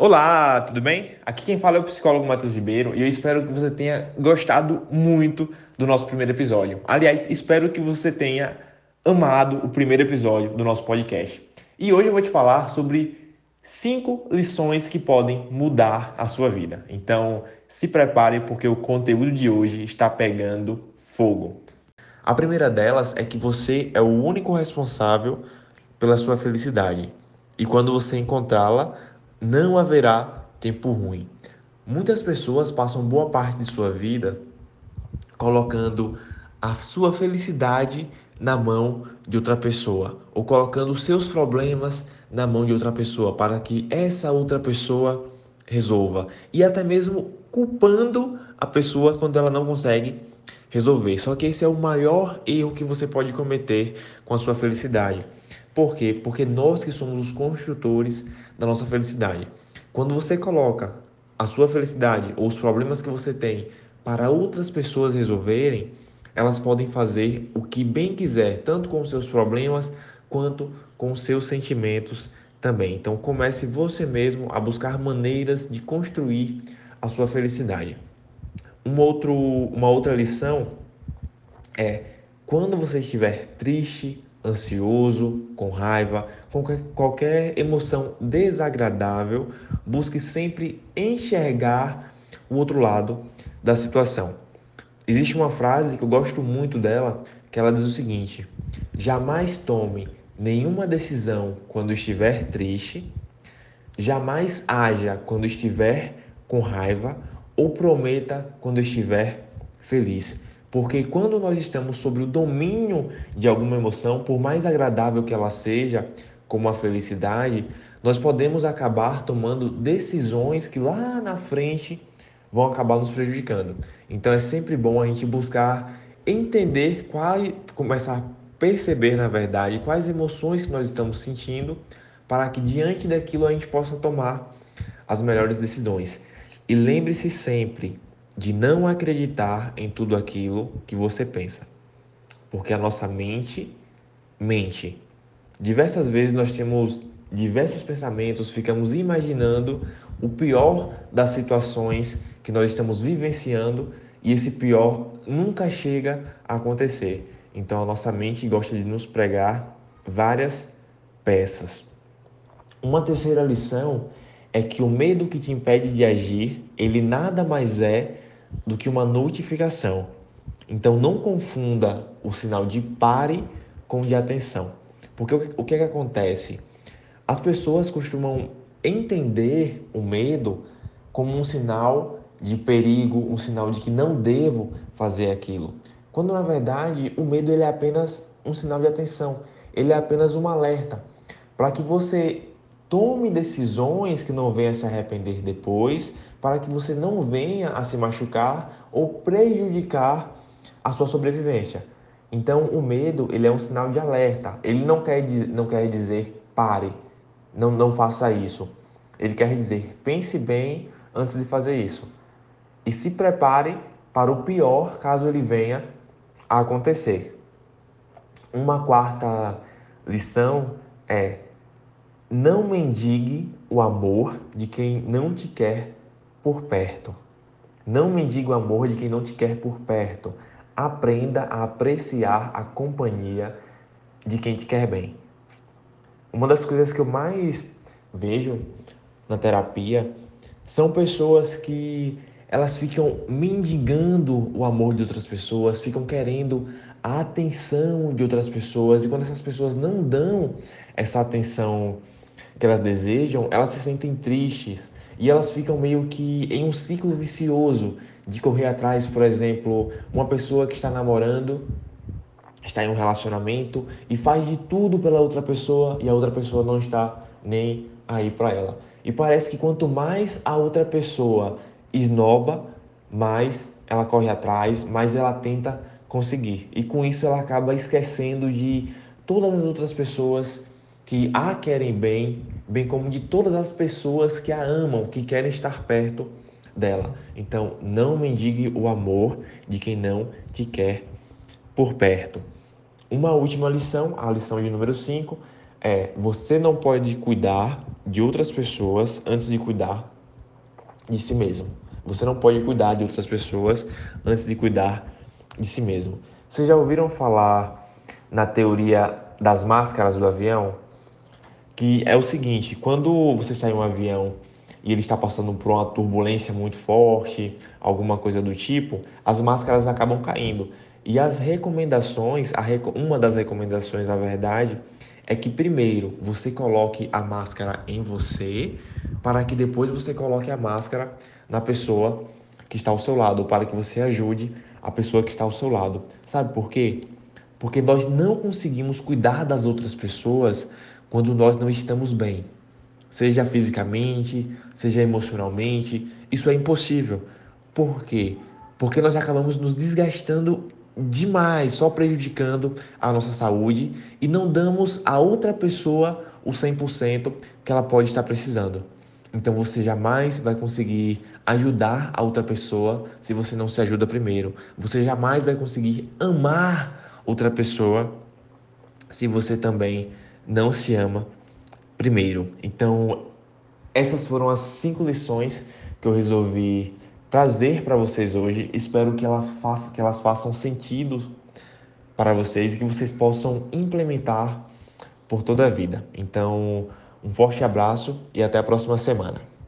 Olá, tudo bem? Aqui quem fala é o psicólogo Matheus Ribeiro e eu espero que você tenha gostado muito do nosso primeiro episódio. Aliás, espero que você tenha amado o primeiro episódio do nosso podcast. E hoje eu vou te falar sobre 5 lições que podem mudar a sua vida. Então, se prepare porque o conteúdo de hoje está pegando fogo. A primeira delas é que você é o único responsável pela sua felicidade. E quando você encontrá-la, não haverá tempo ruim. Muitas pessoas passam boa parte de sua vida colocando a sua felicidade na mão de outra pessoa, ou colocando os seus problemas na mão de outra pessoa, para que essa outra pessoa resolva, e até mesmo culpando a pessoa quando ela não consegue resolver. Só que esse é o maior erro que você pode cometer com a sua felicidade. Por quê? Porque nós que somos os construtores da nossa felicidade. Quando você coloca a sua felicidade ou os problemas que você tem para outras pessoas resolverem, elas podem fazer o que bem quiser, tanto com os seus problemas quanto com os seus sentimentos também. Então comece você mesmo a buscar maneiras de construir a sua felicidade. Uma outra lição é quando você estiver triste, ansioso, com raiva, com qualquer emoção desagradável, busque sempre enxergar o outro lado da situação. Existe uma frase que eu gosto muito dela, que ela diz o seguinte: jamais tome nenhuma decisão quando estiver triste, jamais haja quando estiver com raiva ou prometa quando estiver feliz. Porque quando nós estamos sob o domínio de alguma emoção, por mais agradável que ela seja, como a felicidade, nós podemos acabar tomando decisões que lá na frente vão acabar nos prejudicando. Então é sempre bom a gente buscar entender começar a perceber, na verdade, quais emoções que nós estamos sentindo para que diante daquilo a gente possa tomar as melhores decisões. E lembre-se sempre de não acreditar em tudo aquilo que você pensa, porque a nossa mente mente. Diversas vezes nós temos diversos pensamentos, ficamos imaginando o pior das situações que nós estamos vivenciando e esse pior nunca chega a acontecer. Então a nossa mente gosta de nos pregar várias peças. Uma terceira lição é que o medo que te impede de agir, ele nada mais é do que uma notificação. Então não confunda o sinal de pare com o de atenção. Porque o que é que acontece? As pessoas costumam entender o medo como um sinal de perigo, um sinal de que não devo fazer aquilo. Quando na verdade o medo ele é apenas um sinal de atenção, ele é apenas um alerta para que você tome decisões que não venha se arrepender depois, para que você não venha a se machucar ou prejudicar a sua sobrevivência. Então, o medo, ele é um sinal de alerta. Ele não quer dizer pare, não faça isso. Ele quer dizer pense bem antes de fazer isso. E se prepare para o pior caso ele venha a acontecer. Uma quarta lição é não mendigue o amor de quem não te quer por perto. Não mendigue o amor de quem não te quer por perto. Aprenda a apreciar a companhia de quem te quer bem. Uma das coisas que eu mais vejo na terapia são pessoas que elas ficam mendigando o amor de outras pessoas, ficam querendo a atenção de outras pessoas, e quando essas pessoas não dão essa atenção que elas desejam, elas se sentem tristes e elas ficam meio que em um ciclo vicioso de correr atrás, por exemplo, uma pessoa que está namorando, está em um relacionamento e faz de tudo pela outra pessoa e a outra pessoa não está nem aí para ela. E parece que quanto mais a outra pessoa esnoba, mais ela corre atrás, mais ela tenta conseguir. E com isso ela acaba esquecendo de todas as outras pessoas que a querem bem, bem como de todas as pessoas que a amam, que querem estar perto dela. Então, não mendigue o amor de quem não te quer por perto. Uma última lição, a lição de número 5, é: você não pode cuidar de outras pessoas antes de cuidar de si mesmo. Você não pode cuidar de outras pessoas antes de cuidar de si mesmo. Vocês já ouviram falar na teoria das máscaras do avião? Que é o seguinte, quando você sai em um avião e ele está passando por uma turbulência muito forte, alguma coisa do tipo, as máscaras acabam caindo. E as recomendações, uma das recomendações, na verdade, é que primeiro você coloque a máscara em você, para que depois você coloque a máscara na pessoa que está ao seu lado, para que você ajude a pessoa que está ao seu lado. Sabe por quê? Porque nós não conseguimos cuidar das outras pessoas quando nós não estamos bem, seja fisicamente, seja emocionalmente. Isso é impossível. Por quê? Porque nós acabamos nos desgastando demais, só prejudicando a nossa saúde e não damos à outra pessoa o 100% que ela pode estar precisando. Então você jamais vai conseguir ajudar a outra pessoa se você não se ajuda primeiro. Você jamais vai conseguir amar outra pessoa se você também não se ama primeiro. Então, essas foram as 5 lições que eu resolvi trazer para vocês hoje. Espero que elas façam sentido para vocês e que vocês possam implementar por toda a vida. Então, um forte abraço e até a próxima semana.